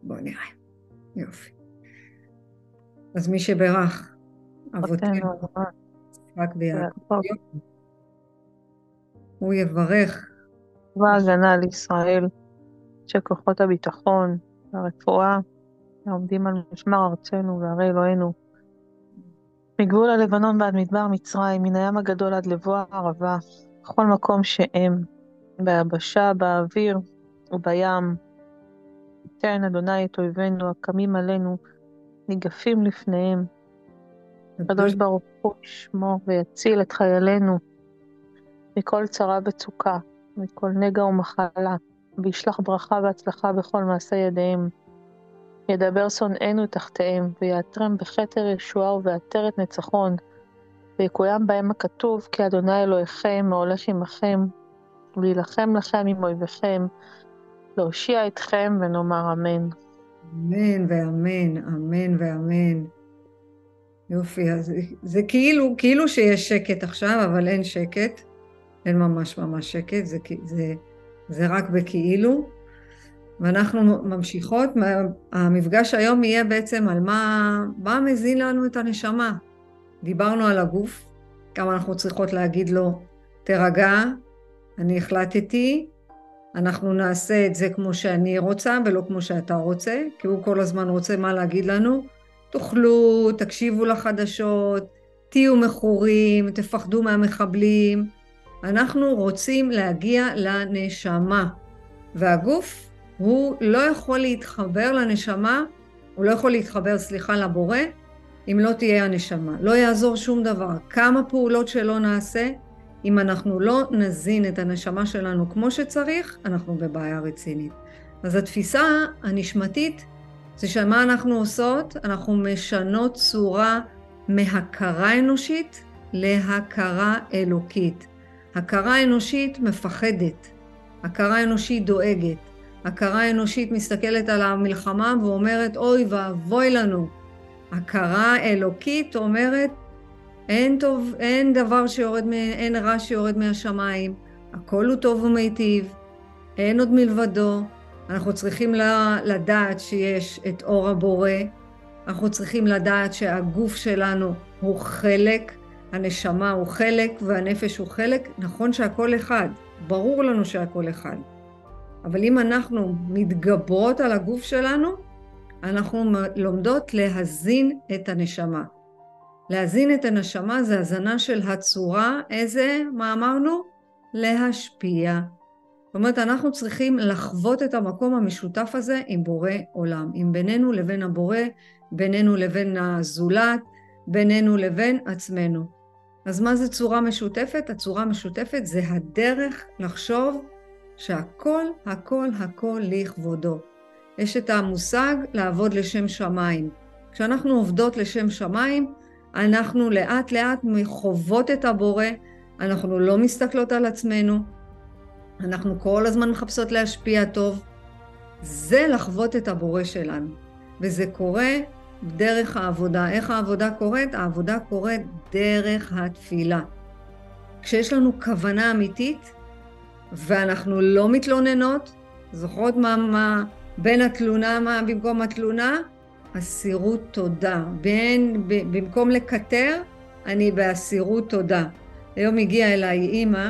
בוא נראה. יופי. אז מי שברך אבותינו, אותנו, יצחק ויעקב, והכל, הוא יברך. והגנה על ישראל, שכוחות הביטחון, הרפואה, העומדים על משמר ארצנו וערי אלוהינו, מגבול הלבנון ועד מדבר מצרים, מן הים הגדול עד לבוא הערבה, בכל מקום שהם, ביבשה, באוויר ובים, ייתן אדוני את אויבינו הקמים עלינו, ניגפים לפניהם. הקדוש ברוך הוא ישמור ויציל את חיילינו מכל צרה וצוקה, מכל נגע ומחלה, וישלח ברכה והצלחה בכל מעשה ידיהם. ידבר שונאינו תחתיהם, ויעטרם בכתר ישועה ובעטרת ניצחון, ויקוים בהם הכתוב, כי אדוני אלוהיכם ההולך עמכם, ולהילחם לכם עם אויביכם, להושיע אתכם ונאמר אמן. אמן ואמן, אמן ואמן. יופי, אז זה כאילו שיש שקט עכשיו, אבל אין שקט. אין ממש שקט, זה רק בכאילו. ואנחנו ממשיכות, המפגש היום יהיה בעצם על מה מזין לנו את הנשמה. דיברנו על הגוף, כמה אנחנו צריכות להגיד לו, תרגע, אני החלטתי, אנחנו נעשה את זה כמו שאני רוצה ולא כמו שאתה רוצה, כי הוא כל הזמן רוצה מה להגיד לנו, תאכלו, תקשיבו לחדשות, תהיו מכורים, תפחדו מהמחבלים. אנחנו רוצים להגיע לנשמה, והגוף הוא לא יכול להתחבר לנשמה, הוא לא יכול להתחבר, לבורא, אם לא תהיה הנשמה. לא יעזור שום דבר. כמה פעולות שלא נעשה, אם אנחנו לא נזין את הנשמה שלנו כמו שצריך, אנחנו בבעיה רצינית. אז התפיסה הנשמתית זה שמה אנחנו עושות? אנחנו משנות צורה מהכרה אנושית להכרה אלוקית. הכרה אנושית מפחדת, הכרה אנושית דואגת, הכרה אנושית מסתכלת על המלחמה ואומרת אוי ואבוי לנו. הכרה אלוקית אומרת אין טוב, אין דבר שיורד, אין רע שיורד מהשמיים, הכל הוא טוב ומיטיב, אין עוד מלבדו. אנחנו צריכים לדעת שיש את אור הבורא, אנחנו צריכים לדעת שהגוף שלנו הוא חלק, הנשמה הוא חלק והנפש הוא חלק. נכון שהכל אחד, ברור לנו שהכל אחד, אבל אם אנחנו מתגברות על הגוף שלנו, אנחנו לומדות להזין את הנשמה. להזין את הנשמה זה הזנה של הצורה, איזה, מה אמרנו? להשפיע. זאת אומרת, אנחנו צריכים לחוות את המקום המשותף הזה עם בורא עולם, עם בינינו לבין הבורא, בינינו לבין הזולת, בינינו לבין עצמנו. אז מה זה צורה משותפת? הצורה המשותפת זה הדרך לחשוב שהכל, הכל, הכל לכבודו. יש את המושג לעבוד לשם שמיים. כשאנחנו עובדות לשם שמיים, אנחנו לאט לאט מחוות את הבורא, אנחנו לא מסתכלות על עצמנו, אנחנו כל הזמן מחפשות להשפיע טוב. זה לחוות את הבורא שלנו. וזה קורה דרך העבודה. איך העבודה קורית? העבודה קורית דרך התפילה. כשיש לנו כוונה אמיתית, ואנחנו לא מתלוננות, זוכרות מה בין התלונה, מה במקום התלונה? אסירות תודה. במקום לקטר, אני באסירות תודה. היום הגיעה אליי אימא,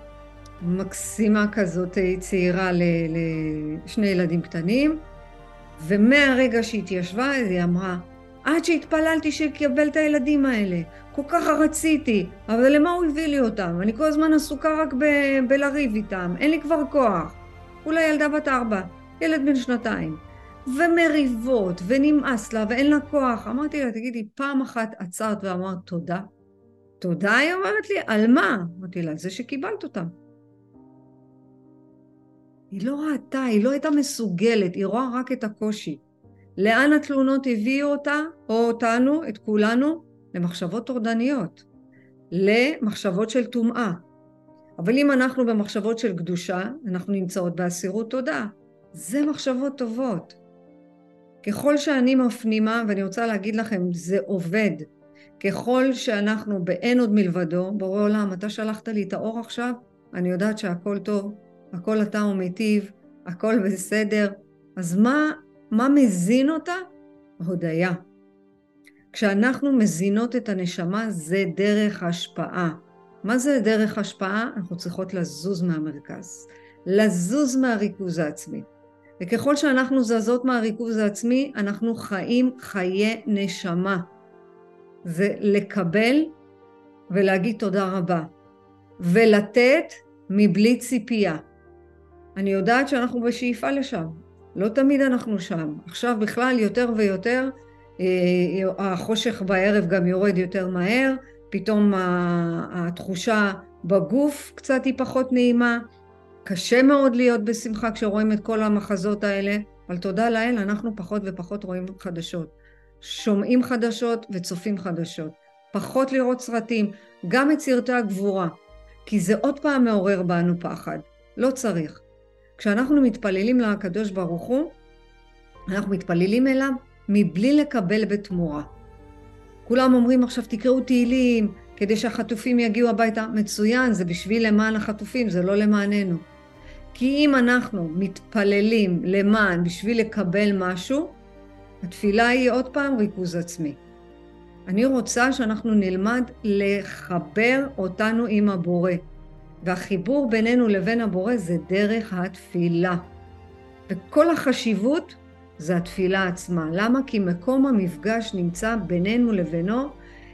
מקסימה כזאת, צעירה לשני ילדים קטנים, ומהרגע שהתיישבה, היא אמרה, עד שהתפללתי שיקבל את הילדים האלה, כל כך רציתי, אבל למה הוא הביא לי אותם? אני כל הזמן עסוקה רק בלריב איתם, אין לי כבר כוח. אולי ילדה בת 4, ילד בן 2, ומריבות, ונמאס לה, ואין לה כוח. אמרתי לה, תגידי, פעם אחת עצרת ואמרת תודה? תודה, היא אומרת לי, על מה? אמרתי לה, זה שקיבלת אותם. היא לא ראתה, היא לא הייתה מסוגלת, היא רואה רק את הקושי. לאן התלונות הביאו אותה, או אותנו, את כולנו? למחשבות טורדניות, למחשבות של טומאה. אבל אם אנחנו במחשבות של קדושה, אנחנו נמצאות באסירות תודה. זה מחשבות טובות. ככל שאני מפנימה, ואני רוצה להגיד לכם, זה עובד. ככל שאנחנו באין עוד מלבדו, בורא עולם, אתה שלחת לי את האור עכשיו, אני יודעת שהכל טוב, הכל אתה ומיטיב, הכל בסדר. אז מה מזין אותה? הודיה. כשאנחנו מזינות את הנשמה זה דרך השפעה. מה זה דרך השפעה? אנחנו צריכות לזוז מהמרכז, לזוז מהריכוז העצמי. וככל שאנחנו זזות מהריכוז העצמי, אנחנו חיים חיי נשמה. זה לקבל ולהגיד תודה רבה. ולתת מבלי ציפייה. אני יודעת שאנחנו בשאיפה לשם. לא תמיד אנחנו שם. עכשיו בכלל יותר ויותר, החושך בערב גם יורד יותר מהר, פתאום התחושה בגוף קצת היא פחות נעימה, קשה מאוד להיות בשמחה כשרואים את כל המחזות האלה, אבל תודה לאל, אנחנו פחות ופחות רואים חדשות. שומעים חדשות וצופים חדשות. פחות לראות סרטים, גם את סרטי הגבורה, כי זה עוד פעם מעורר בנו פחד. לא צריך. כשאנחנו מתפללים לקדוש ברוך הוא, אנחנו מתפללים אליו מבלי לקבל בתמורה. כולם אומרים עכשיו תקראו תהילים כדי שהחטופים יגיעו הביתה. מצוין, זה בשביל למען החטופים, זה לא למעננו. כי אם אנחנו מתפללים למען בשביל לקבל משהו, התפילה היא עוד פעם ריכוז עצמי. אני רוצה שאנחנו נלמד לחבר אותנו עם הבורא. והחיבור בינינו לבין הבורא זה דרך התפילה. וכל החשיבות זה התפילה עצמה. למה? כי מקום המפגש נמצא בינינו לבינו,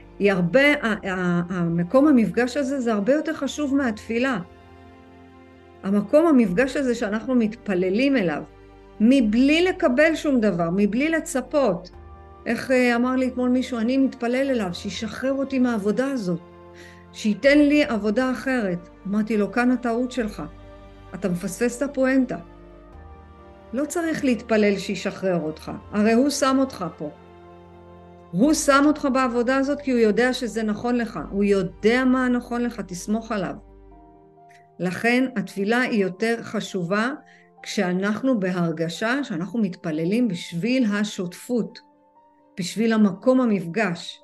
המקום המפגש הזה זה הרבה יותר חשוב מהתפילה. המקום המפגש הזה שאנחנו מתפללים אליו, מבלי לקבל שום דבר, מבלי לצפות. איך אמר לי אתמול מישהו, אני מתפלל אליו, שישחרר אותי מהעבודה הזאת, שייתן לי עבודה אחרת. אמרתי לו, כאן הטעות שלך, אתה מפספס את הפואנטה. לא צריך להתפלל שישחרר אותך, הרי הוא שם אותך פה. הוא שם אותך בעבודה הזאת כי הוא יודע שזה נכון לך, הוא יודע מה נכון לך, תסמוך עליו. לכן התפילה היא יותר חשובה כשאנחנו בהרגשה שאנחנו מתפללים בשביל השותפות, בשביל המקום המפגש.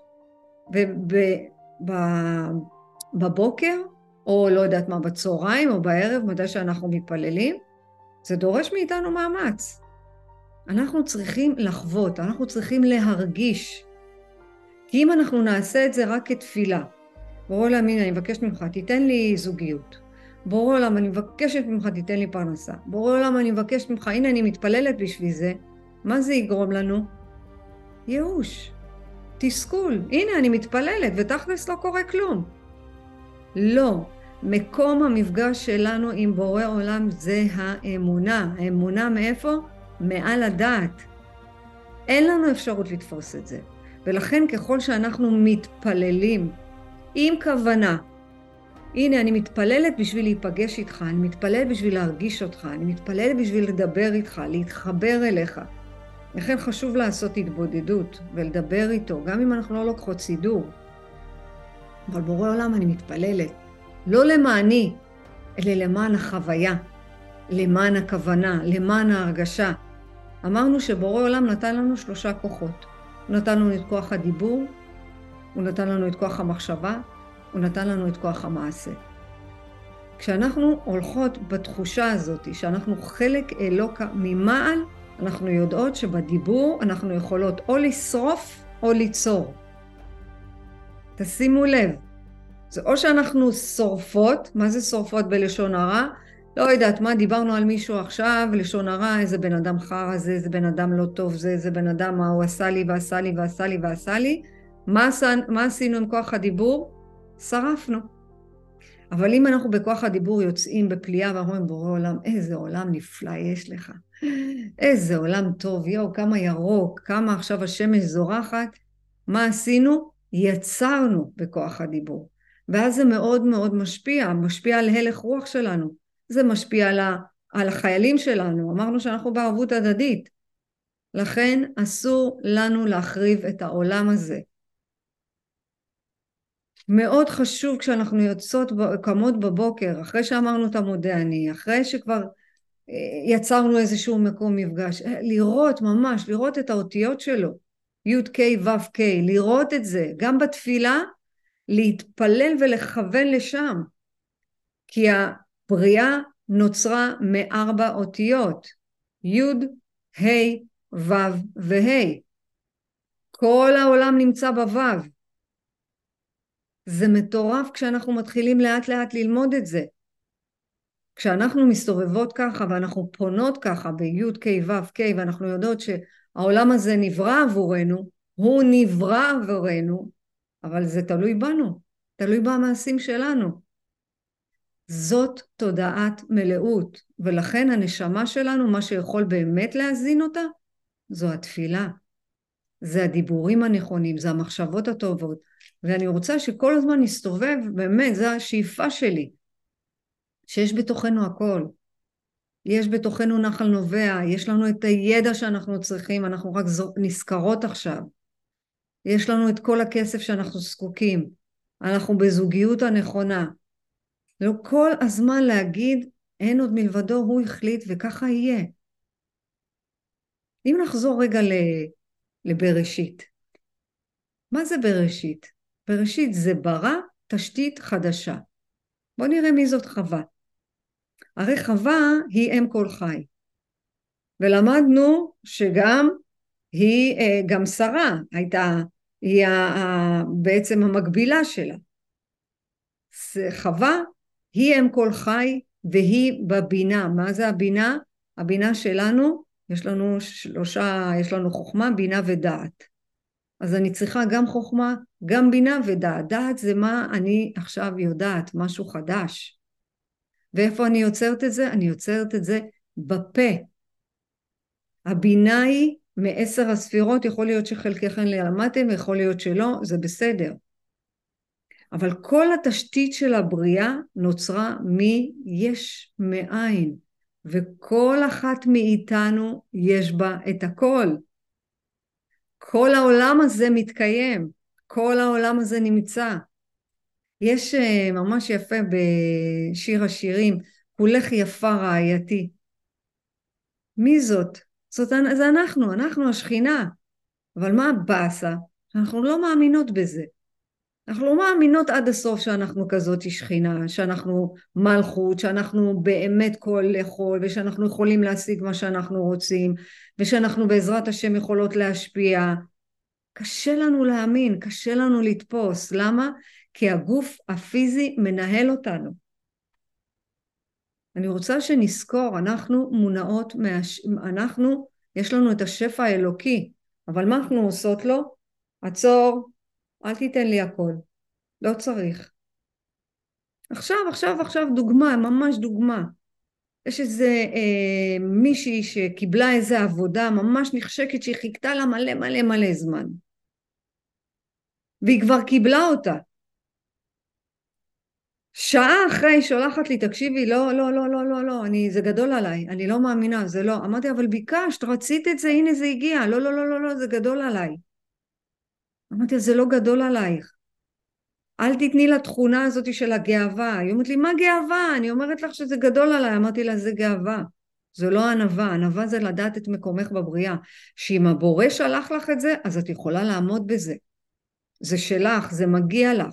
ובבוקר, או לא יודעת מה, בצהריים או בערב, מתי שאנחנו מתפללים, זה דורש מאיתנו מאמץ. אנחנו צריכים לחוות, אנחנו צריכים להרגיש. כי אם אנחנו נעשה את זה רק כתפילה, בורא עולם, הנה, אני מבקשת ממך, תיתן לי זוגיות. בורא עולם, אני מבקשת ממך, תיתן לי פרנסה. בורא עולם, אני מבקשת ממך, הנה, אני מתפללת בשביל זה. מה זה יגרום לנו? ייאוש, תסכול. הנה, אני מתפללת, ותכלס לא קורה כלום. לא. מקום המפגש שלנו עם בורא עולם זה האמונה. האמונה מאיפה? מעל הדעת. אין לנו אפשרות לתפוס את זה. ולכן ככל שאנחנו מתפללים עם כוונה, הנה אני מתפללת בשביל להיפגש איתך, אני מתפללת בשביל להרגיש אותך, אני מתפללת בשביל לדבר איתך, להתחבר אליך. לכן חשוב לעשות התבודדות ולדבר איתו, גם אם אנחנו לא לוקחות סידור. אבל בורא עולם אני מתפללת. לא למעני, אלא למען החוויה, למען הכוונה, למען ההרגשה. אמרנו שבורא עולם נתן לנו 3 כוחות. הוא נתן לנו את כוח הדיבור, הוא נתן לנו את כוח המחשבה, הוא נתן לנו את כוח המעשה. כשאנחנו הולכות בתחושה הזאת, שאנחנו חלק אלוקה ממעל, אנחנו יודעות שבדיבור אנחנו יכולות או לשרוף או ליצור. תשימו לב. זה או שאנחנו שורפות, מה זה שורפות בלשון הרע? לא יודעת מה, דיברנו על מישהו עכשיו, לשון הרע, איזה בן אדם חרא זה, איזה בן אדם לא טוב זה, איזה בן אדם מה הוא עשה לי ועשה לי ועשה לי ועשה לי. מה עשינו עם כוח הדיבור? שרפנו. אבל אם אנחנו בכוח הדיבור יוצאים בפליאה ואומרים, בורא עולם, איזה עולם נפלא יש לך. איזה עולם טוב, יואו, כמה ירוק, כמה עכשיו השמש זורחת. מה עשינו? יצרנו בכוח הדיבור. ואז זה מאוד מאוד משפיע על הלך רוח שלנו. זה משפיע על החיילים שלנו. אמרנו שאנחנו בערבות הדדית. לכן אסור לנו להחריב את העולם הזה. מאוד חשוב כשאנחנו יוצאות, קמות בבוקר, אחרי שאמרנו את המודה אני, אחרי שכבר יצרנו איזשהו מקום מפגש, לראות ממש, לראות את האותיות שלו, י' ק' ו' ק', לראות את זה, גם בתפילה, להתפלל ולכוון לשם, כי הבריאה נוצרה מ4 אותיות, י' ה' ו' וה'. כל העולם נמצא בו'. זה מטורף כשאנחנו מתחילים לאט לאט ללמוד את זה. כשאנחנו מסתובבות ככה ואנחנו פונות ככה בי' כ' ו' כ' ואנחנו יודעות שהעולם הזה נברא עבורנו, הוא נברא עבורנו, אבל זה תלוי בנו, תלוי במעשים שלנו. זאת תודעת מלאות, ולכן הנשמה שלנו, מה שיכול באמת להזין אותה, זו התפילה. זה הדיבורים הנכונים, זה המחשבות הטובות, ואני רוצה שכל הזמן נסתובב, באמת, זו השאיפה שלי, שיש בתוכנו הכל. יש בתוכנו נחל נובע, יש לנו את הידע שאנחנו צריכים, אנחנו רק נזכרות עכשיו. יש לנו את כל הכסף שאנחנו זקוקים, אנחנו בזוגיות הנכונה. לא כל הזמן להגיד, אין עוד מלבדו, הוא החליט וככה יהיה. אם נחזור רגע לבראשית. מה זה בראשית? בראשית זה ברא תשתית חדשה. בואו נראה מי זאת חווה. הרי חווה היא אם כל חי. ולמדנו שגם היא, גם שרה הייתה, היא בעצם המקבילה שלה. חווה היא אם כל חי והיא בבינה. מה זה הבינה? הבינה שלנו, יש לנו שלושה, יש לנו חוכמה, בינה ודעת. אז אני צריכה גם חוכמה, גם בינה ודעת. דעת זה מה אני עכשיו יודעת, משהו חדש. ואיפה אני יוצרת את זה? אני יוצרת את זה בפה. הבינה היא מ10 הספירות, יכול להיות שחלקכם למדתם, יכול להיות שלא, זה בסדר. אבל כל התשתית של הבריאה נוצרה מיש מאין, וכל אחת מאיתנו יש בה את הכל. כל העולם הזה מתקיים, כל העולם הזה נמצא. יש ממש יפה בשיר השירים, כולך יפה רעייתי. מי זאת? זה אנחנו השכינה. אבל מה הבאסה? אנחנו לא מאמינות בזה. אנחנו לא מאמינות עד הסוף שאנחנו כזאת שכינה, שאנחנו מלכות, שאנחנו באמת כל יכול, ושאנחנו יכולים להשיג מה שאנחנו רוצים, ושאנחנו בעזרת השם יכולות להשפיע. קשה לנו להאמין, קשה לנו לתפוס. למה? כי הגוף הפיזי מנהל אותנו. אני רוצה שנזכור, אנחנו מונעות, יש לנו את השפע האלוקי, אבל מה אנחנו עושות לו? עצור, אל תיתן לי הכל, לא צריך. עכשיו דוגמה, ממש דוגמה. יש איזה מישהי שקיבלה איזה עבודה ממש נחשקת שהיא חיכתה לה מלא זמן. והיא כבר קיבלה אותה. שעה אחרי שולחת לי, תקשיבי, לא, זה גדול עליי, אני לא מאמינה, זה לא. אמרתי, אבל ביקשת, רצית את זה, הנה זה הגיע, לא, זה גדול עליי. אמרתי, זה לא גדול עלייך. אל תתני לתכונה הזאת של הגאווה. היא אומרת לי, מה גאווה? אני אומרת לך שזה גדול עליי. אמרתי לה, זה גאווה. זה לא ענווה. ענווה זה לדעת את מקומך בבריאה. שאם הבורא שלח לך את זה, אז את יכולה לעמוד בזה. זה שלך, זה מגיע לך.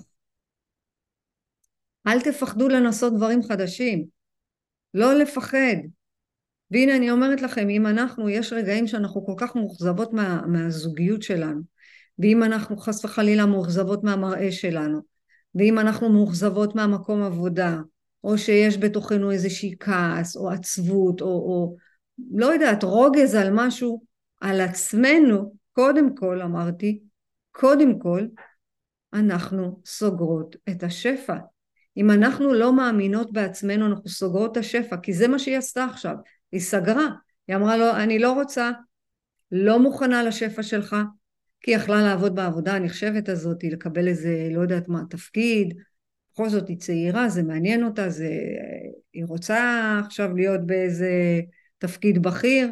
אל תפחדו לנסות דברים חדשים. לא לפחד. והנה אני אומרת לכם, אם יש רגעים שאנחנו כל כך מאוכזבות מהזוגיות שלנו, ואם אנחנו חס וחלילה מאוכזבות מהמראה שלנו, ואם אנחנו מאוכזבות מהמקום עבודה, או שיש בתוכנו איזושהי כעס, או עצבות, או לא יודעת, רוגז על משהו, על עצמנו, קודם כל אמרתי, קודם כל, אנחנו סוגרות את השפע. אם אנחנו לא מאמינות בעצמנו, אנחנו סוגרות את השפע, כי זה מה שהיא עשתה עכשיו. היא סגרה. היא אמרה לו, אני לא רוצה, לא מוכנה לשפע שלך, כי היא יכלה לעבוד בעבודה הנחשבת הזאת, היא לקבל איזה, לא יודעת מה, תפקיד. בכל זאת היא צעירה, זה מעניין אותה, היא רוצה עכשיו להיות באיזה תפקיד בכיר.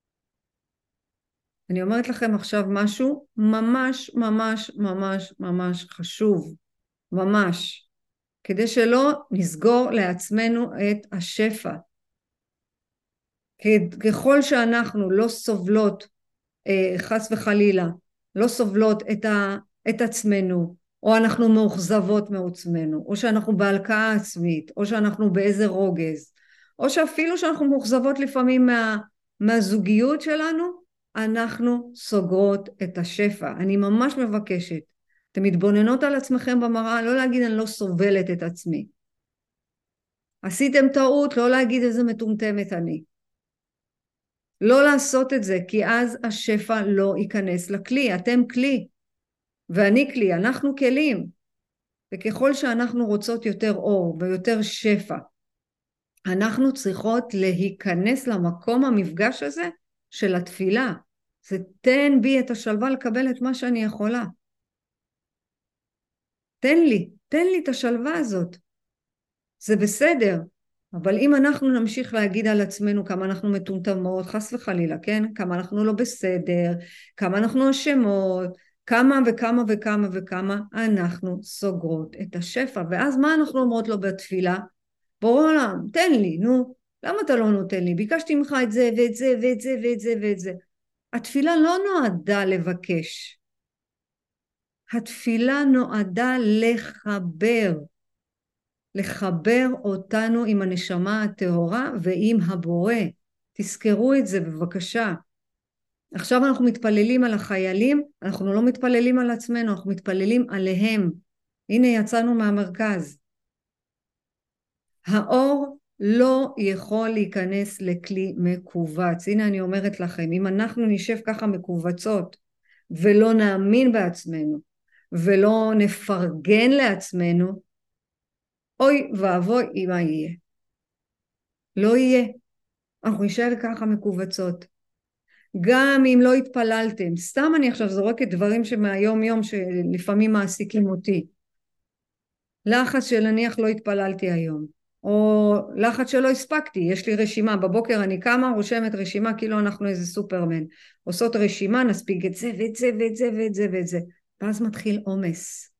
אני אומרת לכם עכשיו משהו ממש חשוב. ממש. כדי שלא נסגור לעצמנו את השפע. ככל שאנחנו לא סובלות, חס וחלילה, לא סובלות את עצמנו, או אנחנו מאוכזבות מעצמנו, או שאנחנו בהלקאה עצמית, או שאנחנו באיזה רוגז, או שאפילו שאנחנו מאוכזבות לפעמים מהזוגיות שלנו, אנחנו סוגרות את השפע. אני ממש מבקשת. אתם מתבוננות על עצמכם במראה, לא להגיד אני לא סובלת את עצמי. עשיתם טעות, לא להגיד איזה מטומטמת אני. לא לעשות את זה, כי אז השפע לא ייכנס לכלי. אתם כלי, ואני כלי, אנחנו כלים. וככל שאנחנו רוצות יותר אור ויותר שפע, אנחנו צריכות להיכנס למקום המפגש הזה של התפילה. זה תן בי את השלווה לקבל את מה שאני יכולה. תן לי את השלווה הזאת. זה בסדר. אבל אם אנחנו נמשיך להגיד על עצמנו כמה אנחנו מטומטמות, חס וחלילה, כן? כמה אנחנו לא בסדר, כמה אנחנו אשמות, כמה וכמה וכמה וכמה, אנחנו סוגרות את השפע. ואז מה אנחנו אומרות לו בתפילה? בורא עולם, תן לי, נו. למה אתה לא נותן לי? ביקשתי ממך את זה ואת זה ואת זה ואת זה ואת זה. התפילה לא נועדה לבקש. התפילה נועדה לחבר אותנו עם הנשמה הטהורה ועם הבורא. תזכרו את זה בבקשה. עכשיו אנחנו מתפללים על החיילים, אנחנו לא מתפללים על עצמנו, אנחנו מתפללים עליהם. הנה יצאנו מהמרכז. האור לא יכול להיכנס לכלי מקובץ. הנה אני אומרת לכם, אם אנחנו נשב ככה מקובצות ולא נאמין בעצמנו ולא נפרגן לעצמנו, אוי ואבוי מה יהיה. לא יהיה. אנחנו נשאר ככה מקובצות. גם אם לא התפללתם, סתם אני עכשיו זורקת דברים שמהיום יום שלפעמים מעסיקים אותי. לחץ שלניח לא התפללתי היום, או לחץ שלא הספקתי, יש לי רשימה, בבוקר אני קמה, רושמת רשימה, כאילו אנחנו איזה סופרמן, עושות רשימה, נספיק את זה ואת זה ואת זה ואת זה ואת זה, ואז מתחיל עומס.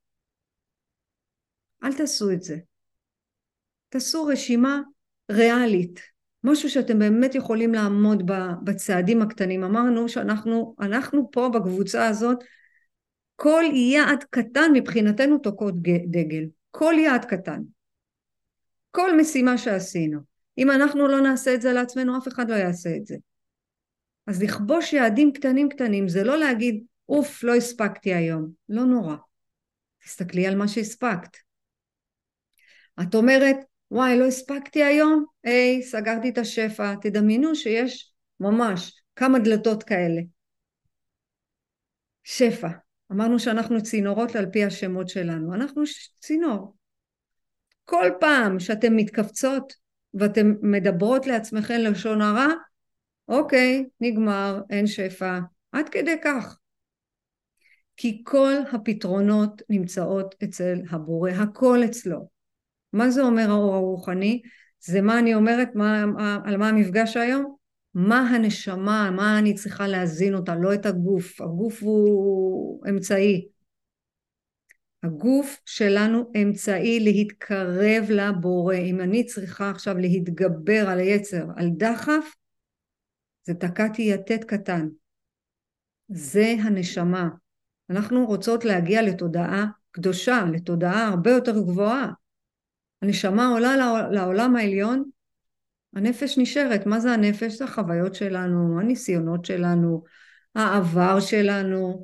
אל תעשו את זה. תעשו רשימה ריאלית, משהו שאתם באמת יכולים לעמוד בצעדים הקטנים. אמרנו שאנחנו פה בקבוצה הזאת, כל יעד קטן מבחינתנו תוקעות דגל, כל יעד קטן, כל משימה שעשינו. אם אנחנו לא נעשה את זה לעצמנו, אף אחד לא יעשה את זה. אז לכבוש יעדים קטנים קטנים, זה לא להגיד, אוף, לא הספקתי היום. לא נורא. תסתכלי על מה שהספקת. את אומרת, וואי, לא הספקתי היום? היי, סגרתי את השפע. תדמיינו שיש ממש כמה דלתות כאלה. שפע. אמרנו שאנחנו צינורות על פי השמות שלנו. אנחנו צינור. כל פעם שאתם מתכווצות ואתם מדברות לעצמכם לשון הרע, אוקיי, נגמר, אין שפע. עד כדי כך. כי כל הפתרונות נמצאות אצל הבורא, הכל אצלו. מה זה אומר האור הרוחני? זה מה אני אומרת, על מה המפגש היום? מה הנשמה, מה אני צריכה להזין אותה, לא את הגוף. הגוף הוא אמצעי. הגוף שלנו אמצעי להתקרב לבורא. אם אני צריכה עכשיו להתגבר על היצר, על דחף, זה תקעתי יתד קטן. זה הנשמה. אנחנו רוצות להגיע לתודעה קדושה, לתודעה הרבה יותר גבוהה. הנשמה עולה לעולם העליון, הנפש נשארת. מה זה הנפש? זה החוויות שלנו, הניסיונות שלנו, העבר שלנו.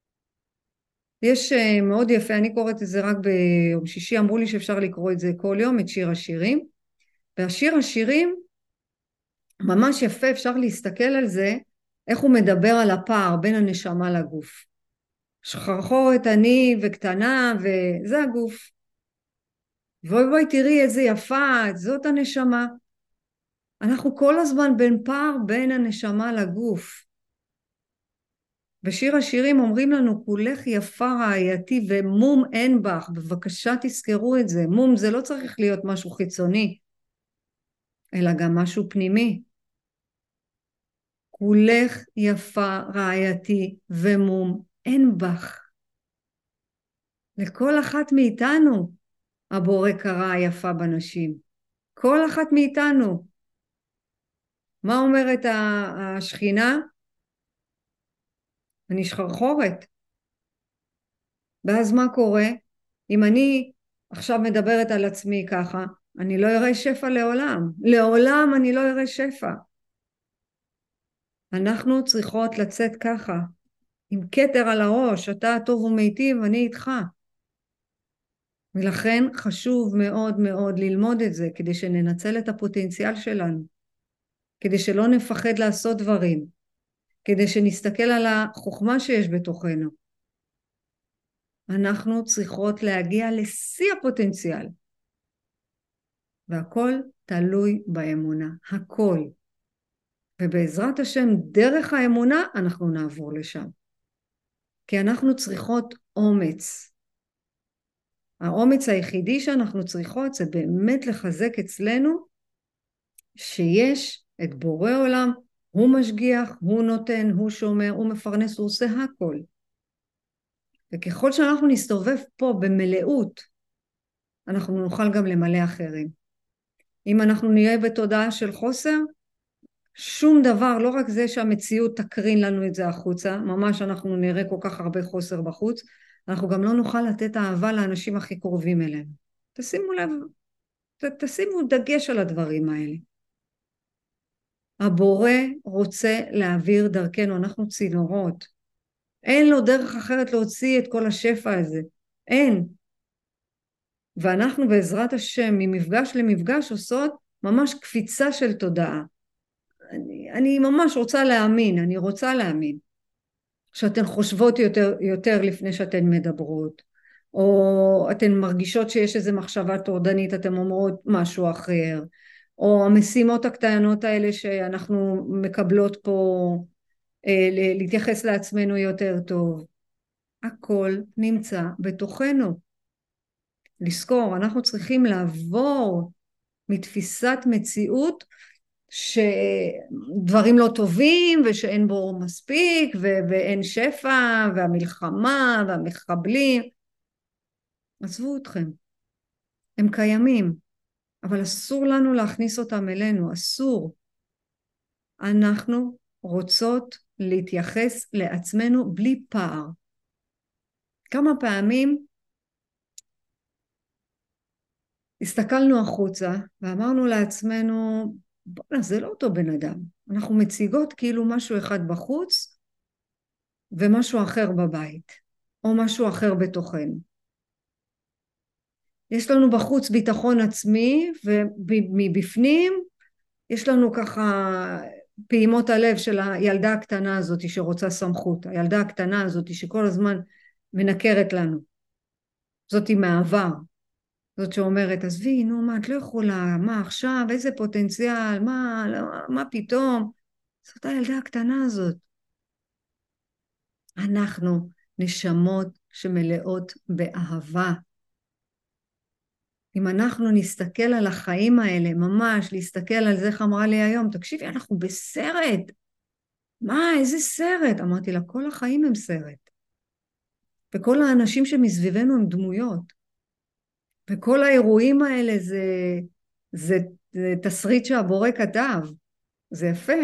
יש מאוד יפה, אני קוראת את זה רק ביום שישי, אמרו לי שאפשר לקרוא את זה כל יום, את שיר השירים. והשיר השירים ממש יפה, אפשר להסתכל על זה, איך הוא מדבר על הפער בין הנשמה לגוף. שחרחורת עני וקטנה, וזה הגוף. בואי בואי תראי איזה יפה, זאת הנשמה. אנחנו כל הזמן בין פער בין הנשמה לגוף. בשיר השירים אומרים לנו, כולך יפה רעייתי ומום אין בך. בבקשה תזכרו את זה. מום זה לא צריך להיות משהו חיצוני, אלא גם משהו פנימי. כולך יפה רעייתי ומום אין בך. לכל אחת מאיתנו הבורא קרא יפה בנשים. כל אחת מאיתנו. מה אומרת השכינה? אני שחרחורת. ואז מה קורה? אם אני עכשיו מדברת על עצמי ככה, אני לא אראה שפע לעולם. לעולם אני לא אראה שפע. אנחנו צריכות לצאת ככה, עם כתר על הראש, אתה טוב ומיטיב, אני איתך. ולכן חשוב מאוד מאוד ללמוד את זה, כדי שננצל את הפוטנציאל שלנו, כדי שלא נפחד לעשות דברים, כדי שנסתכל על החוכמה שיש בתוכנו. אנחנו צריכות להגיע לשיא הפוטנציאל, והכל תלוי באמונה, הכל. ובעזרת השם, דרך האמונה, אנחנו נעבור לשם. כי אנחנו צריכות אומץ. האומץ היחידי שאנחנו צריכות זה באמת לחזק אצלנו שיש את בורא עולם, הוא משגיח, הוא נותן, הוא שומר, הוא מפרנס, הוא עושה הכל. וככל שאנחנו נסתובב פה במלאות, אנחנו נוכל גם למלא אחרים. אם אנחנו נהיה בתודעה של חוסר, שום דבר, לא רק זה שהמציאות תקרין לנו את זה החוצה, ממש אנחנו נראה כל כך הרבה חוסר בחוץ, אנחנו גם לא נוכל לתת אהבה לאנשים הכי קרובים אלינו. תשימו לב, תשימו דגש על הדברים האלה. הבורא רוצה להעביר דרכנו, אנחנו צינורות. אין לו דרך אחרת להוציא את כל השפע הזה. אין. ואנחנו בעזרת השם, ממפגש למפגש, עושות ממש קפיצה של תודעה. אני ממש רוצה להאמין, אני רוצה להאמין. שאתן חושבות יותר לפני שאתן מדברות, או אתן מרגישות שיש איזו מחשבה טורדנית, אתן אומרות משהו אחר, או המשימות הקטנות האלה שאנחנו מקבלות פה, להתייחס לעצמנו יותר טוב. הכל נמצא בתוכנו. לזכור, אנחנו צריכים לעבור מתפיסת מציאות שדברים לא טובים ושאין בו מספיק ואין שפע והמלחמה והמחבלים. עזבו אתכם. הם קיימים, אבל אסור לנו להכניס אותם אלינו, אסור. אנחנו רוצות להתייחס לעצמנו בלי פער. כמה פעמים הסתכלנו החוצה ואמרנו לעצמנו, בוא'נה, זה לא אותו בן אדם. אנחנו מציגות כאילו משהו אחד בחוץ ומשהו אחר בבית, או משהו אחר בתוכנו. יש לנו בחוץ ביטחון עצמי, ומבפנים יש לנו ככה פעימות הלב של הילדה הקטנה הזאת שרוצה סמכות, הילדה הקטנה הזאת שכל הזמן מנקרת לנו. זאת היא מהעבר. זאת שאומרת, עזבי, נו, מה, את לא יכולה, מה עכשיו, איזה פוטנציאל, מה פתאום? זאת הילדה הקטנה הזאת. אנחנו נשמות שמלאות באהבה. אם אנחנו נסתכל על החיים האלה, ממש להסתכל על זה, איך אמרה לי היום, תקשיבי, אנחנו בסרט. מה, איזה סרט? אמרתי לה, כל החיים הם סרט. וכל האנשים שמסביבנו הם דמויות. וכל האירועים האלה זה תסריט שהבורא כתב. זה יפה.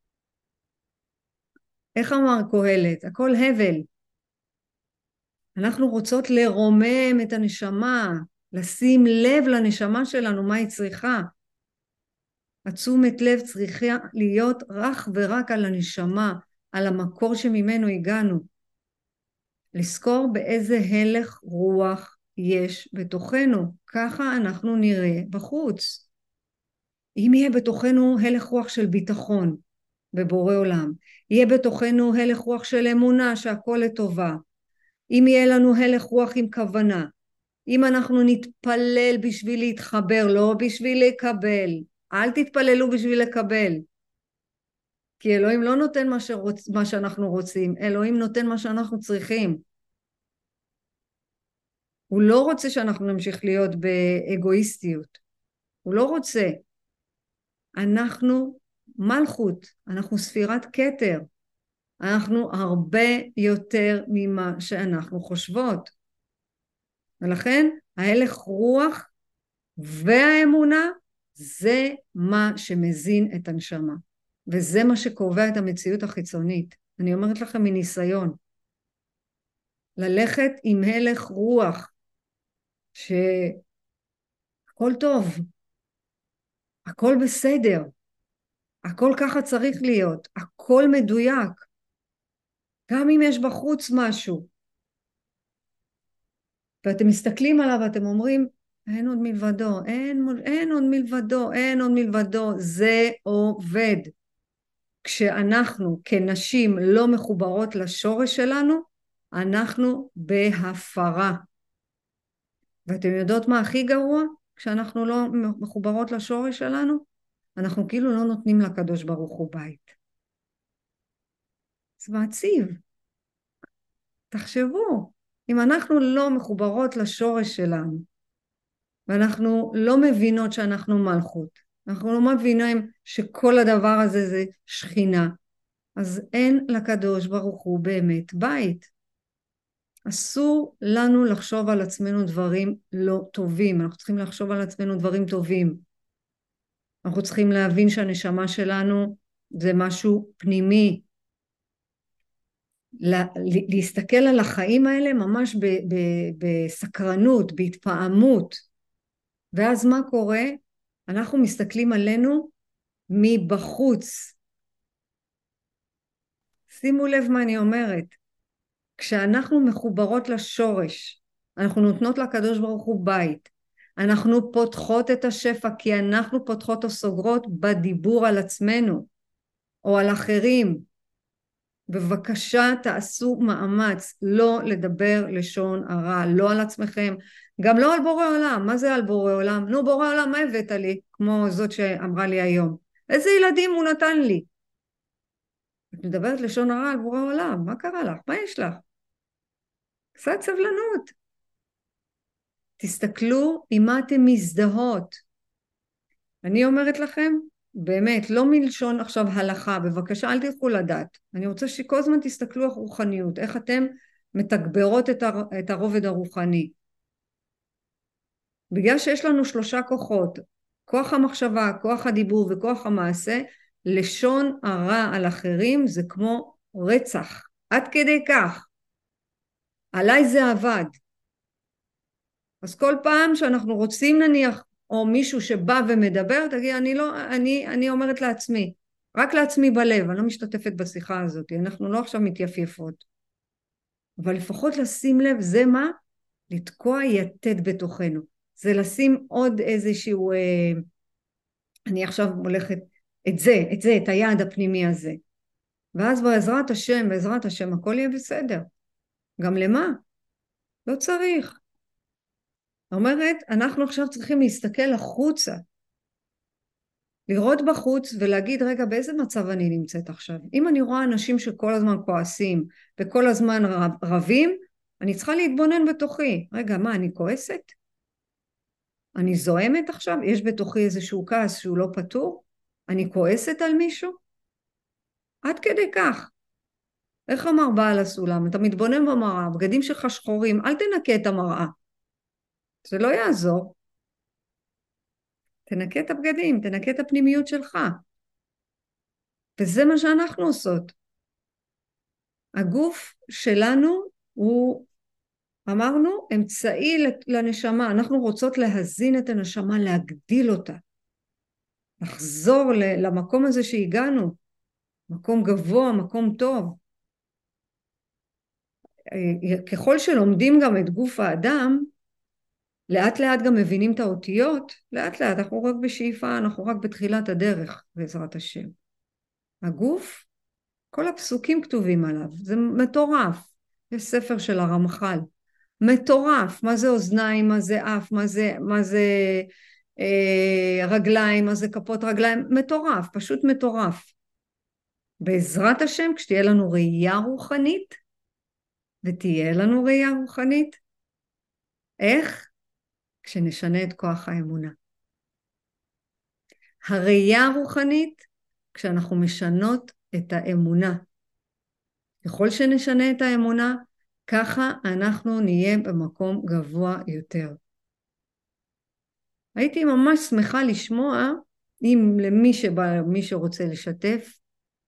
איך אמר קהלת? הכל הבל. אנחנו רוצות לרומם את הנשמה, לשים לב לנשמה שלנו, מה היא צריכה. התשומת לב צריכה להיות רך ורק על הנשמה, על המקור שממנו הגענו. לזכור באיזה הלך רוח יש בתוכנו, ככה אנחנו נראה בחוץ. אם יהיה בתוכנו הלך רוח של ביטחון בבורא עולם, יהיה בתוכנו הלך רוח של אמונה שהכל לטובה, אם יהיה לנו הלך רוח עם כוונה, אם אנחנו נתפלל בשביל להתחבר, לא בשביל לקבל, אל תתפללו בשביל לקבל, כי אלוהים לא נותן מה שאנחנו רוצים, אלוהים נותן מה שאנחנו צריכים. הוא לא רוצה שאנחנו נמשיך להיות באגואיסטיות, הוא לא רוצה. אנחנו מלכות, אנחנו ספירת כתר, אנחנו הרבה יותר ממה שאנחנו חושבות. ולכן ההלך רוח והאמונה זה מה שמזין את הנשמה. וזה מה שקובע את המציאות החיצונית. אני אומרת לכם מניסיון. ללכת עם הלך רוח שהכל טוב, הכל בסדר, הכל ככה צריך להיות, הכל מדויק. גם אם יש בחוץ משהו. ואתם מסתכלים עליו ואתם אומרים, אין עוד מלבדו, אין עוד מלבדו, אין עוד מלבדו, זה עובד. כשאנחנו כנשים לא מחוברות לשורש שלנו, אנחנו בהפרה. ואתם יודעות מה הכי גרוע? כשאנחנו לא מחוברות לשורש שלנו, אנחנו כאילו לא נותנים לקדוש ברוך הוא בית. זה מעציב. תחשבו, אם אנחנו לא מחוברות לשורש שלנו, ואנחנו לא מבינות שאנחנו מלכות, אנחנו לא מבינים שכל הדבר הזה זה שכינה, אז אין לקדוש ברוך הוא באמת בית. אסור לנו לחשוב על עצמנו דברים לא טובים, אנחנו צריכים לחשוב על עצמנו דברים טובים. אנחנו צריכים להבין שהנשמה שלנו זה משהו פנימי. להסתכל על החיים האלה ממש בסקרנות, בהתפעמות. ואז מה קורה? אנחנו מסתכלים עלינו מבחוץ. שימו לב מה אני אומרת. כשאנחנו מחוברות לשורש, אנחנו נותנות לקדוש ברוך הוא בית, אנחנו פותחות את השפע, כי אנחנו פותחות או סוגרות בדיבור על עצמנו, או על אחרים. בבקשה תעשו מאמץ לא לדבר לשון הרע, לא על עצמכם, גם לא על בורא עולם. מה זה על בורא עולם? נו, בורא עולם, מה הבאת לי? כמו זאת שאמרה לי היום. איזה ילדים הוא נתן לי? את מדברת לשון הרע על בורא עולם, מה קרה לך? מה יש לך? קצת סבלנות. תסתכלו עם מה אתם מזדהות. אני אומרת לכם, באמת, לא מלשון עכשיו הלכה, בבקשה אל תלכו לדעת. אני רוצה שכל הזמן תסתכלו על רוחניות, איך אתם מתגברות את הרובד הרוחני. בגלל שיש לנו 3 כוחות, כוח המחשבה, כוח הדיבור וכוח המעשה, לשון הרע על אחרים זה כמו רצח, עד כדי כך. עליי זה עבד. אז כל פעם שאנחנו רוצים נניח, או מישהו שבא ומדבר, תגיד, אני אומרת לעצמי, רק לעצמי בלב, אני לא משתתפת בשיחה הזאת, אנחנו לא עכשיו מתייפייפות. אבל לפחות לשים לב, זה מה? לתקוע יתד בתוכנו. זה לשים עוד איזשהו, אני עכשיו הולכת, את היעד הפנימי הזה. ואז בעזרת השם, הכל יהיה בסדר. גם למה? לא צריך. אומרת, אנחנו עכשיו צריכים להסתכל החוצה, לראות בחוץ ולהגיד, רגע, באיזה מצב אני נמצאת עכשיו? אם אני רואה אנשים שכל הזמן כועסים וכל הזמן רבים, אני צריכה להתבונן בתוכי. רגע, מה, אני כועסת? אני זוהמת עכשיו? יש בתוכי איזשהו כעס שהוא לא פתור? אני כועסת על מישהו? עד כדי כך. איך אמר בעל הסולם? אתה מתבונן במראה, בגדים שלך שחורים, אל תנקה את המראה. זה לא יעזור. תנקה את הבגדים, תנקה את הפנימיות שלך. וזה מה שאנחנו עושות. הגוף שלנו הוא, אמרנו, אמצעי לנשמה. אנחנו רוצות להזין את הנשמה, להגדיל אותה. לחזור למקום הזה שהגענו. מקום גבוה, מקום טוב. ככל שלומדים גם את גוף האדם, לאט לאט גם מבינים את האותיות, לאט לאט, אנחנו רק בשאיפה, אנחנו רק בתחילת הדרך, בעזרת השם. הגוף, כל הפסוקים כתובים עליו, זה מטורף. יש ספר של הרמח"ל, מטורף, מה זה אוזניים, מה זה אף, מה זה רגליים, מה זה כפות רגליים, מטורף, פשוט מטורף. בעזרת השם, כשתהיה לנו ראייה רוחנית, ותהיה לנו ראייה רוחנית, איך? כשנשנה את כוח האמונה. הראייה הרוחנית, כשאנחנו משנות את האמונה. ככל שנשנה את האמונה, ככה אנחנו נהיה במקום גבוה יותר. הייתי ממש שמחה לשמוע, אם למי שבא, מי שרוצה לשתף,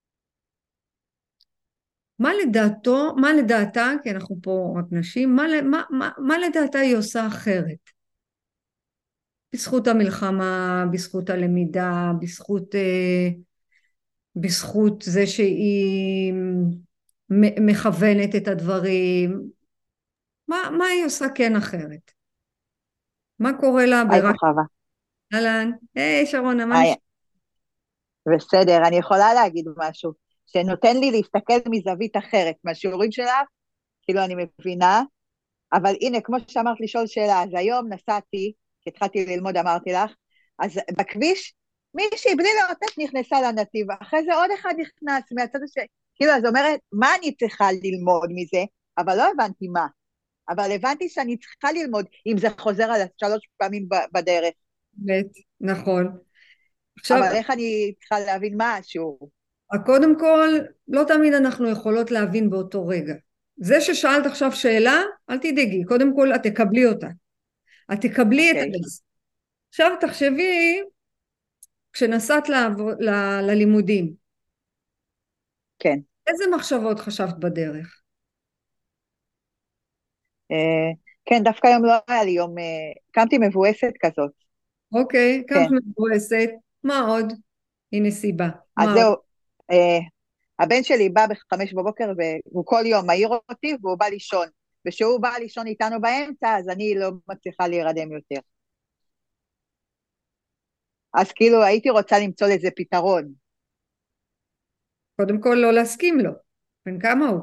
מה לדעתה, כי אנחנו פה רק נשים, מה לדעתה היא עושה אחרת? בזכות המלחמה, בזכות הלמידה, בזכות בזכות זה שהיא מכוונת את הדברים? מה היא עושה כן אחרת? מה קורה לה היי ברק? כוכבה. אהלן, היי שרונה, מה היי, נשמע? בסדר, אני יכולה להגיד משהו שנותן לי להסתכל מזווית אחרת מהשיעורים שלך, כאילו אני מבינה, אבל הנה, כמו שאמרת לשאול שאלה, אז היום נסעתי, כי התחלתי ללמוד, אמרתי לך, אז בכביש, מישהי בלי לאותת נכנסה לנתיב, אחרי זה עוד אחד נכנס מהצד השני, כאילו, אז אומרת, מה אני צריכה ללמוד מזה? אבל לא הבנתי מה, אבל הבנתי שאני צריכה ללמוד, אם זה חוזר על 3 פעמים בדרך, באמת, נכון. עכשיו, אבל איך אני צריכה להבין מה השיעור? קודם כל, לא תמיד אנחנו יכולות להבין באותו רגע. זה ששאלת עכשיו שאלה, אל תדאגי, קודם כל את תקבלי אותה. את תקבלי את אוקיי, המס. עכשיו תחשבי, כשנסעת ללימודים, כן. איזה מחשבות חשבת בדרך? כן, דווקא היום לא היה לי יום, קמתי מבואסת כזאת, אוקיי, קמת כן. מבואסת, מה עוד? הנה סיבה, אז מה עוד? זהו, אה, הבן שלי בא ב5 בבוקר, והוא כל יום מעיר אותי, והוא בא לישון. וכשהוא בא לישון איתנו באמצע, אז אני לא מצליחה להירדם יותר. אז כאילו הייתי רוצה למצוא לזה פתרון. קודם כל לא להסכים לו. בן כמה הוא?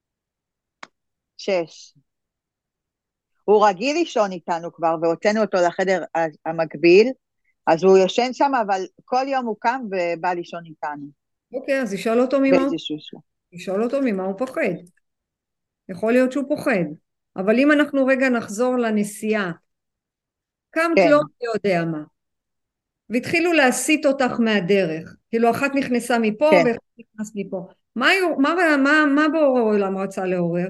6. הוא רגיל לישון איתנו כבר, והוצאנו אותו לחדר המקביל, אז הוא יושן שם, אבל כל יום הוא קם ובא לישון איתנו, אוקיי, אז ישאל אותו ממה הוא, באיזשהו שלב. ישאל אותו ממה הוא פוחד. יכול להיות שהוא פוחד. אבל אם אנחנו רגע נחזור לנסיעה, קמת לא כן, מי יודע מה, והתחילו להסיט אותך מהדרך. כאילו אחת נכנסה מפה כן. ואחת נכנס מפה. מה בורא העולם רצה לעורר?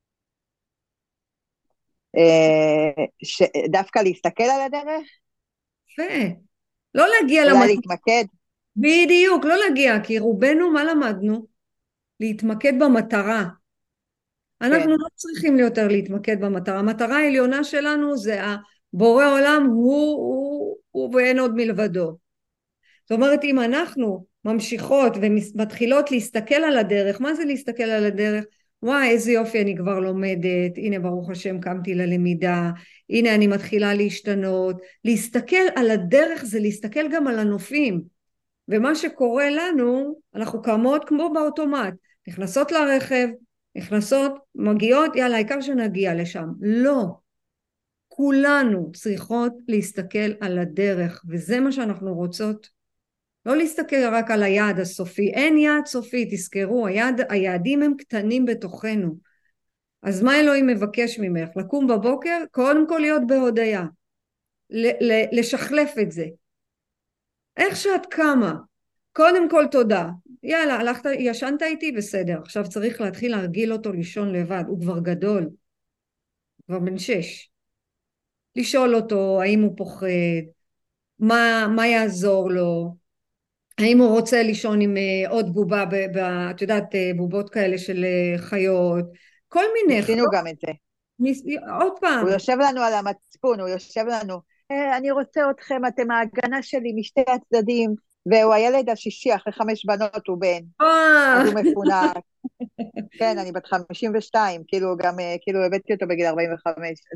דווקא להסתכל על הדרך, יפה. לא להגיע אולי למטרה. להתמקד, בדיוק, לא להגיע, כי רובנו, מה למדנו? להתמקד במטרה. אנחנו כן. לא צריכים יותר להתמקד במטרה. המטרה העליונה שלנו זה הבורא עולם, הוא ואין עוד מלבדו. זאת אומרת, אם אנחנו ממשיכות ומתחילות להסתכל על הדרך, מה זה להסתכל על הדרך? וואי, איזה יופי, אני כבר לומדת, הנה ברוך השם קמתי ללמידה, הנה אני מתחילה להשתנות. להסתכל על הדרך זה להסתכל גם על הנופים. ומה שקורה לנו, אנחנו קמות כמו באוטומט, נכנסות לרכב, נכנסות, מגיעות, יאללה, העיקר שנגיע לשם. לא. כולנו צריכות להסתכל על הדרך, וזה מה שאנחנו רוצות. לא להסתכל רק על היעד הסופי, אין יעד סופי, תזכרו, היעדים הם קטנים בתוכנו. אז מה אלוהים מבקש ממך? לקום בבוקר, קודם כל להיות בהודיה, לשחלף את זה. איך שאת קמה, קודם כל תודה, יאללה, הלכת, ישנת איתי, בסדר, עכשיו צריך להתחיל להרגיל אותו לישון לבד, הוא כבר גדול, כבר בן 6. לשאול אותו האם הוא פוחד, מה יעזור לו, האם הוא רוצה לישון עם עוד בובה, את יודעת, בובות כאלה של חיות, כל מיני, ניסינו גם את זה. עוד פעם, הוא יושב לנו על המצפון, הוא יושב לנו, אני רוצה אתכם, אתם ההגנה שלי משתי הצדדים, והוא הילד השישי, אחרי 5 בנות הוא בן, אז הוא מפונק. כן, אני בת 52, כאילו גם, כאילו הבאתי אותו בגיל 45, אז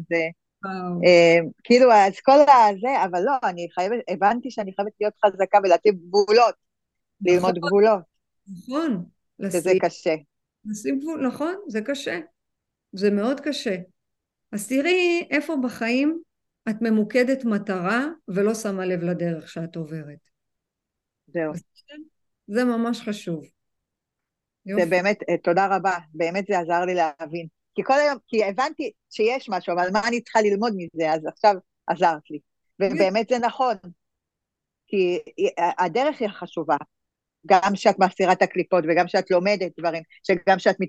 כאילו, אז כל הזה, אבל לא, אני חייבת, הבנתי שאני חייבת להיות חזקה ולהציב גבולות, נכון, ללמוד גבולות, נכון, שזה קשה. לשים גבול, נכון, זה קשה, זה מאוד קשה. אז תראי איפה בחיים את ממוקדת מטרה ולא שמה לב לדרך שאת עוברת. זהו. זה ממש חשוב. זה יופי. באמת, תודה רבה, באמת זה עזר לי להבין. כי כל היום, כי הבנתי שיש משהו, אבל מה אני צריכה ללמוד מזה, אז עכשיו עזרת לי. ובאמת זה נכון, כי הדרך היא חשובה, גם שאת מסירה את הקליפות, וגם שאת לומדת דברים, שגם שאת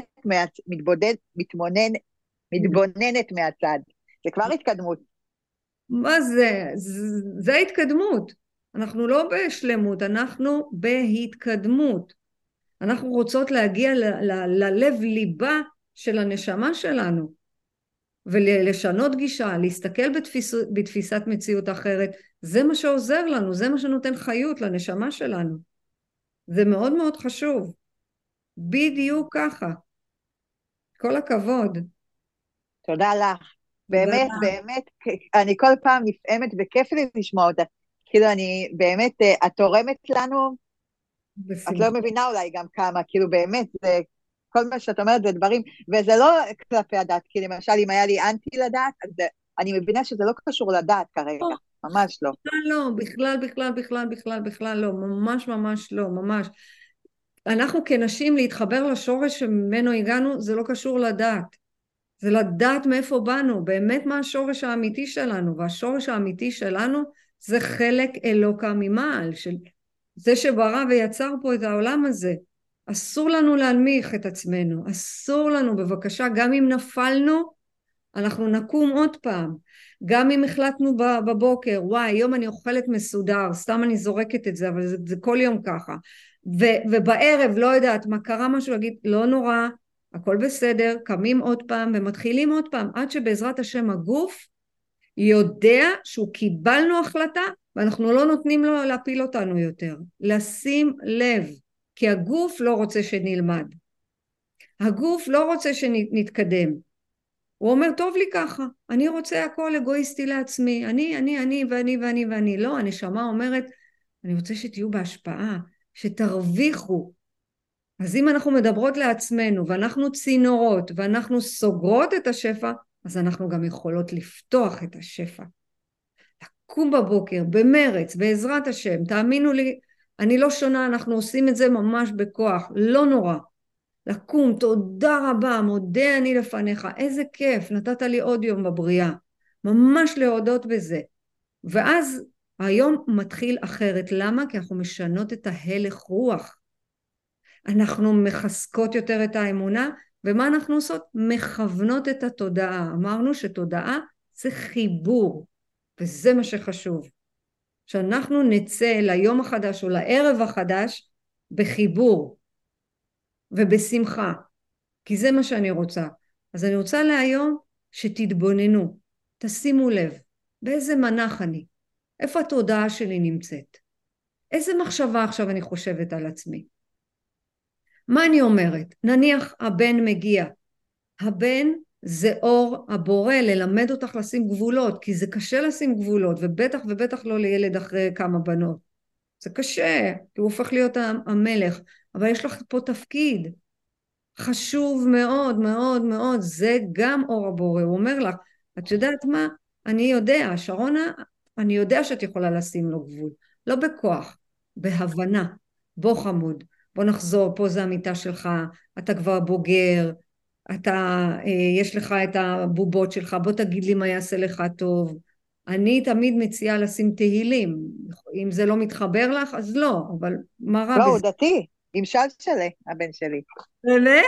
מתבוננת מהצד. זה כבר התקדמות. מה זה? זה ההתקדמות. אנחנו לא בשלמות, אנחנו בהתקדמות. אנחנו רוצות להגיע ללב ליבה של הנשמה שלנו, ולשנות גישה, להסתכל בתפיסת מציאות אחרת. זה מה שעוזר לנו, זה מה שנותן חיות לנשמה שלנו. זה מאוד מאוד חשוב. בדיוק ככה. כל הכבוד. תודה לך. תודה באמת, לך. באמת, אני כל פעם נפעמת וכיף לי לשמוע אותה. כאילו, אני באמת, את תורמת לנו, את לא בשמחה. מבינה אולי גם כמה, כאילו באמת, זה, כל מה שאת אומרת זה דברים, וזה לא כלפי הדת, כי למשל אם היה לי אנטי לדת, אז אני מבינה שזה לא קשור לדת כרגע, ממש לא. בכלל לא, בכלל, בכלל, בכלל, בכלל, בכלל לא, ממש ממש לא, ממש. אנחנו כנשים להתחבר לשורש שממנו הגענו, זה לא קשור לדת. זה לדעת מאיפה באנו, באמת מה השורש האמיתי שלנו, והשורש האמיתי שלנו זה חלק אלוקא ממעל, של זה שברא ויצר פה את העולם הזה. אסור לנו להנמיך את עצמנו, אסור לנו בבקשה, גם אם נפלנו, אנחנו נקום עוד פעם. גם אם החלטנו בבוקר, וואי, היום אני אוכלת מסודר, סתם אני זורקת את זה, אבל זה כל יום ככה. ובערב, לא יודעת, מה קרה משהו, להגיד, לא נורא, הכל בסדר, קמים עוד פעם ומתחילים עוד פעם, עד שבעזרת השם הגוף יודע שהוא קיבלנו החלטה, ואנחנו לא נותנים לו להפיל אותנו יותר. לשים לב, כי הגוף לא רוצה שנלמד. הגוף לא רוצה שנתקדם. הוא אומר, טוב לי ככה, אני רוצה הכל אגואיסטי לעצמי, אני, ואני. לא, הנשמה אומרת, אני רוצה שתהיו בהשפעה, שתרוויחו. אז אם אנחנו מדברות לעצמנו, ואנחנו צינורות, ואנחנו סוגרות את השפע, אז אנחנו גם יכולות לפתוח את השפע. לקום בבוקר, במרץ, בעזרת השם, תאמינו לי, אני לא שונה, אנחנו עושים את זה ממש בכוח, לא נורא. לקום, תודה רבה, מודה אני לפניך, איזה כיף, נתת לי עוד יום בבריאה, ממש להודות בזה. ואז היום מתחיל אחרת, למה? כי אנחנו משנות את ההלך רוח, אנחנו מחזקות יותר את האמונה, ומה אנחנו עושות? מכוונות את התודעה, אמרנו שתודעה זה חיבור, וזה מה שחשוב, שאנחנו נצא ליום החדש או לערב החדש בחיבור ובשמחה, כי זה מה שאני רוצה. אז אני רוצה להיום שתתבוננו, תשימו לב, באיזה מנח אני, איפה התודעה שלי נמצאת, איזה מחשבה עכשיו אני חושבת על עצמי. מה אני אומרת? נניח הבן מגיע, הבן זה אור הבורא, ללמד אותך לשים גבולות, כי זה קשה לשים גבולות, ובטח ובטח לא לילד אחרי כמה בנות. זה קשה, כי הוא הופך להיות המלך, אבל יש לך פה תפקיד, חשוב מאוד מאוד מאוד, זה גם אור הבורא, הוא אומר לך, את יודעת מה? אני יודע, שרונה, אני יודע שאת יכולה לשים לו גבול, לא בכוח, בהבנה, בוא חמוד, בוא נחזור, פה זה המיטה שלך, אתה כבר בוגר, אתה, יש לך את הבובות שלך, בוא תגיד לי מה יעשה לך טוב, אני תמיד מציעה לשים תהילים, אם זה לא מתחבר לך, אז לא, אבל מה רע לא, הוא בזה? דתי, עם שלשלה, הבן שלי. באמת?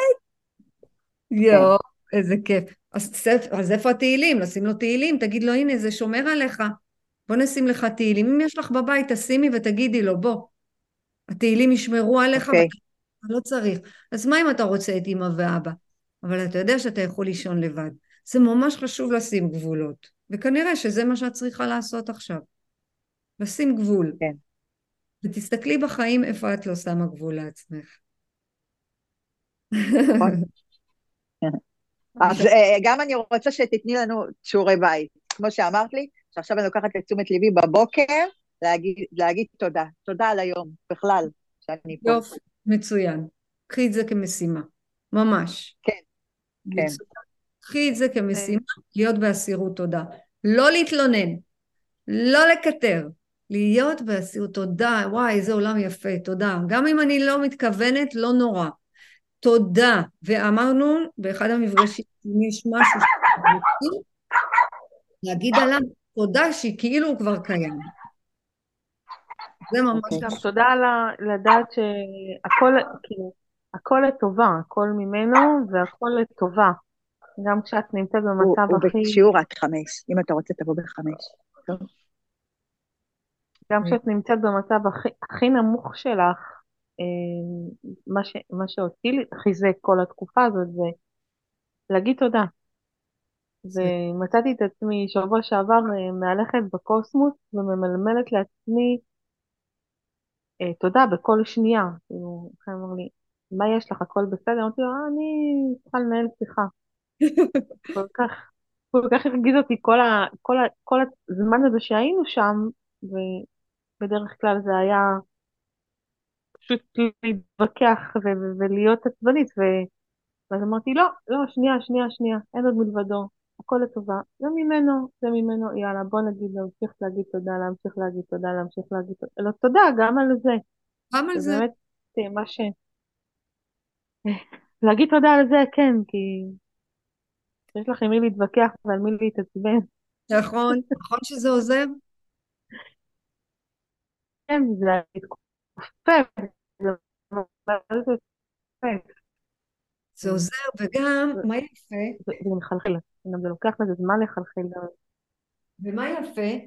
כן. יואו, איזה כיף. אז איפה התהילים? נשים לו תהילים, תגיד לו, הנה, זה שומר עליך. בוא נשים לך תהילים. אם יש לך בבית, תשימי ותגידי לו, בוא, התהילים ישמרו עליך, ואתה אוקיי, לא צריך. אז מה אם אתה רוצה את אמא ואבא? אבל אתה יודע שאתה יכול לישון לבד. זה ממש חשוב לשים גבולות. וכנראה שזה מה שאת צריכה לעשות עכשיו. לשים גבול. כן. ותסתכלי בחיים איפה את לא שמה גבול לעצמך. נכון. אז גם אני רוצה שתתני לנו שיעורי בית. כמו שאמרת לי, שעכשיו אני לוקחת לתשומת ליבי בבוקר, להגיד תודה. תודה על היום, בכלל, שאני פה. יופי, מצוין. קחי את זה כמשימה. ממש. כן, כן. מצוין. קחי את זה כמשימה, להיות באסירות תודה. לא להתלונן, לא לקטר, להיות באסירות תודה, וואי, איזה עולם יפה, תודה. גם אם אני לא מתכוונת, לא נורא. תודה. ואמרנו באחד המפגשים, אם יש משהו שרוצים, להגיד עליו תודה שכאילו הוא כבר קיים. זה ממש אוקיי. גם תודה לדעת שהכל, כאילו, הכל לטובה, הכל ממנו והכל לטובה. גם כשאת נמצאת במצב הוא הכי, בשיעור עד 5, אם אתה רוצה תבוא ב5. טוב. גם כשאת נמצאת במצב הכי נמוך שלך, מה שאותי חיזק כל התקופה הזאת זה להגיד תודה. ומצאתי את עצמי שבוע שעבר מהלכת בקוסמוס וממלמלת לעצמי תודה בכל שנייה. כאילו, הוא אמר לי, מה יש לך, הכל בסדר? אמרתי לו, אני צריכה לנהל שיחה. כל כך, כל כך הרגיז אותי כל הזמן הזה שהיינו שם, ובדרך כלל זה היה פשוט להתווכח ולהיות עצבנית, ואז אמרתי, לא, לא, שנייה, שנייה, שנייה, אין עוד מלבדו, הכל לטובה, זה ממנו, יאללה, בוא נגיד, להמשיך להגיד תודה, להמשיך להגיד תודה, להמשיך להגיד תודה, לא, תודה גם על זה, גם על זה זה. באמת מה להגיד תודה על זה, כן, כי יש לכם מי להתווכח ועל מי להתעצבן, נכון, נכון שזה עוזר? כן, זה להתכופף, זה מה זה כופף, זה עוזר, וגם, מה יפה? זה מחלחל, גם זה לוקח לזה זמן לחלחל גם. ומה יפה?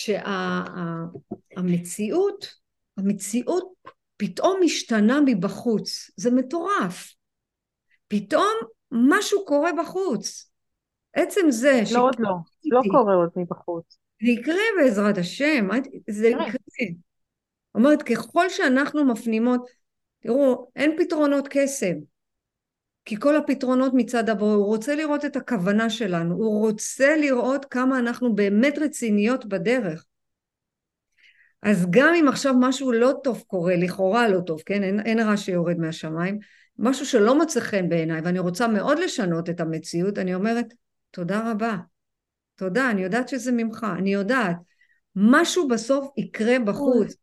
שהמציאות, המציאות פתאום משתנה מבחוץ. זה מטורף. פתאום משהו קורה בחוץ. עצם זה לא, עוד לא, לא שקראתי, קורה עוד מבחוץ. זה יקרה בעזרת השם, זה תראה, יקרה. אומרת, ככל שאנחנו מפנימות, תראו, אין פתרונות קסם. כי כל הפתרונות מצד הבורא, הוא רוצה לראות את הכוונה שלנו, הוא רוצה לראות כמה אנחנו באמת רציניות בדרך. אז גם אם עכשיו משהו לא טוב קורה, לכאורה לא טוב, כן? אין רע שיורד מהשמיים, משהו שלא מוצא חן בעיניי, ואני רוצה מאוד לשנות את המציאות, אני אומרת, תודה רבה, תודה, אני יודעת שזה ממך, אני יודעת, משהו בסוף יקרה אוי, בחוץ,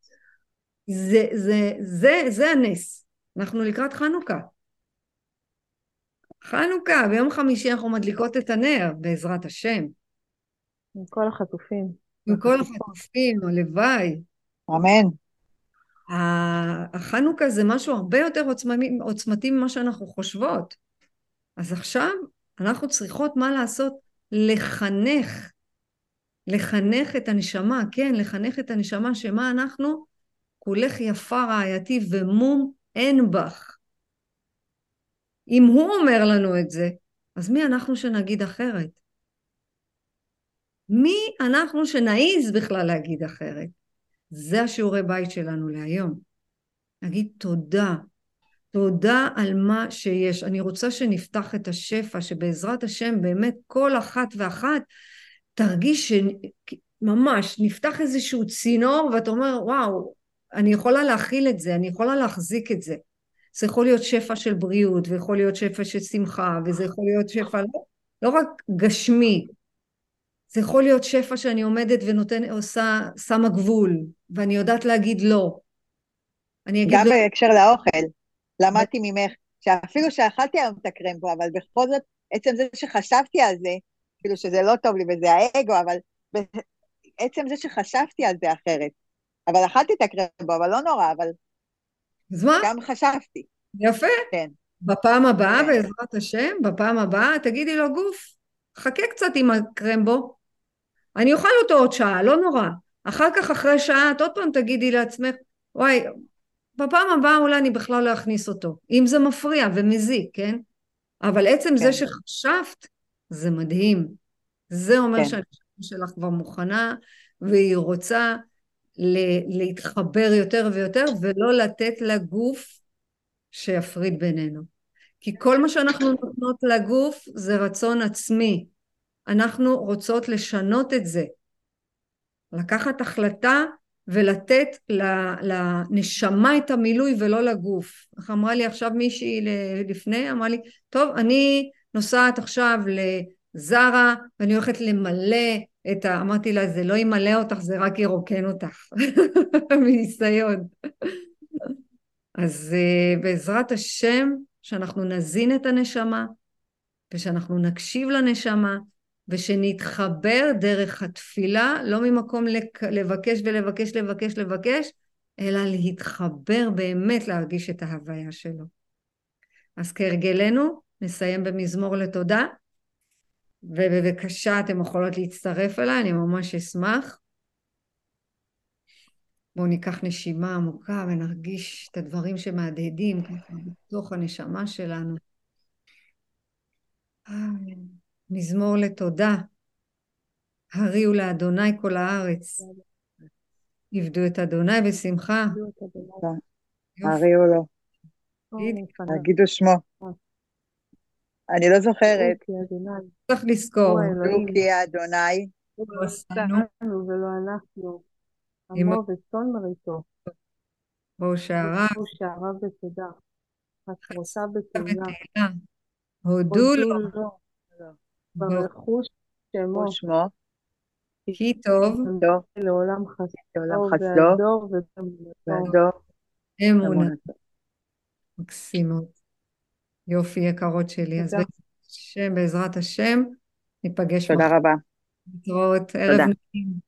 זה הנס, אנחנו לקראת חנוכה. חנוכה, ביום חמישי אנחנו מדליקות את הנר, בעזרת השם. עם כל החטופים עם כל והחטופות. החטופים, הלוואי. אמן. החנוכה זה משהו הרבה יותר עוצמתי ממה שאנחנו חושבות. אז עכשיו אנחנו צריכות מה לעשות? לחנך. לחנך את הנשמה, כן, לחנך את הנשמה שמה אנחנו? כולך יפה רעייתי ומום אין בך. אם הוא אומר לנו את זה, אז מי אנחנו שנגיד אחרת? מי אנחנו שנעיז בכלל להגיד אחרת? זה השיעורי בית שלנו להיום. נגיד תודה. תודה על מה שיש. אני רוצה שנפתח את השפע, שבעזרת השם באמת כל אחת ואחת תרגיש שממש נפתח איזשהו צינור ואתה אומר וואו, אני יכולה להכיל את זה, אני יכולה להחזיק את זה. זה יכול להיות שפע של בריאות ויכול להיות שפע של שמחה וזה יכול להיות שפע לא רק גשמי, זה יכול להיות שפע שאני עומדת שמה גבול ואני יודעת להגיד לא. אני אגיד גם לא. בהקשר לאוכל, למדתי ממך, שאפילו שאכלתי היום את הקרמבו, אבל בכל זאת, עצם זה שחשבתי על זה, כאילו שזה לא טוב לי וזה האגו, אבל עצם זה שחשבתי על זה אחרת. אבל אכלתי את הקרמבו, אבל לא נורא, אבל אז מה? גם חשבתי. יפה. כן, בפעם הבאה, כן, בעזרת השם, בפעם הבאה, תגידי לו גוף, חכה קצת עם הקרמבו, אני אוכל אותו עוד שעה, לא נורא. אחר כך, אחרי שעה, את עוד פעם תגידי לעצמך, וואי, בפעם הבאה אולי אני בכלל לא אכניס אותו, אם זה מפריע ומזיק, כן? אבל עצם זה כן, שחשבת, זה מדהים. זה אומר כן. שהנשמה שלך כבר מוכנה, והיא רוצה להתחבר יותר ויותר, ולא לתת לגוף שיפריד בינינו. כי כל מה שאנחנו נותנות לגוף זה רצון עצמי. אנחנו רוצות לשנות את זה. לקחת החלטה ולתת לנשמה את המילוי ולא לגוף. איך אמרה לי עכשיו מישהי לפני, אמרה לי, טוב, אני נוסעת עכשיו לזרה ואני הולכת למלא אמרתי לה, זה לא ימלא אותך, זה רק ירוקן אותך. מניסיון. אז בעזרת השם, שאנחנו נזין את הנשמה, ושאנחנו נקשיב לנשמה, ושנתחבר דרך התפילה, לא ממקום לבקש ולבקש, לבקש, לבקש, אלא להתחבר באמת להרגיש את ההוויה שלו. אז כהרגלנו, נסיים במזמור לתודה, ובבקשה אתם יכולות להצטרף אליי, אני ממש אשמח. בואו ניקח נשימה עמוקה ונרגיש את הדברים שמהדהדים ככה בתוך הנשמה שלנו. מזמור לתודה. הריעו לאדוני כל הארץ. עבדו את אדוני בשמחה. עבדו את אדוני. יופי. הריעו לו, לפניו. תגידו שמו. אני לא זוכרת. כי אדוני, צריך לזכור. הוא האלוהים. דעו כי אדוני, הוא הוא עשנו. עשנו ולא אנחנו. עם עמו וצאן מרעיתו. בואו שעריו. הוא שעריו בתודה. חצרותיו בתהילה. בתהילה. הודו לו. לו. לא, ברכו שמו. הוא שמו, כי טוב. טוב, לעולם לעולם חסדו חסדו, והדור ואמונתו. ועדו, אמונה. אמונתו. מקסימות. יופי יקרות שלי. אז תודה. בעזרת השם ניפגש תודה מחר. רבה. להתראות. ערב תודה. נעים.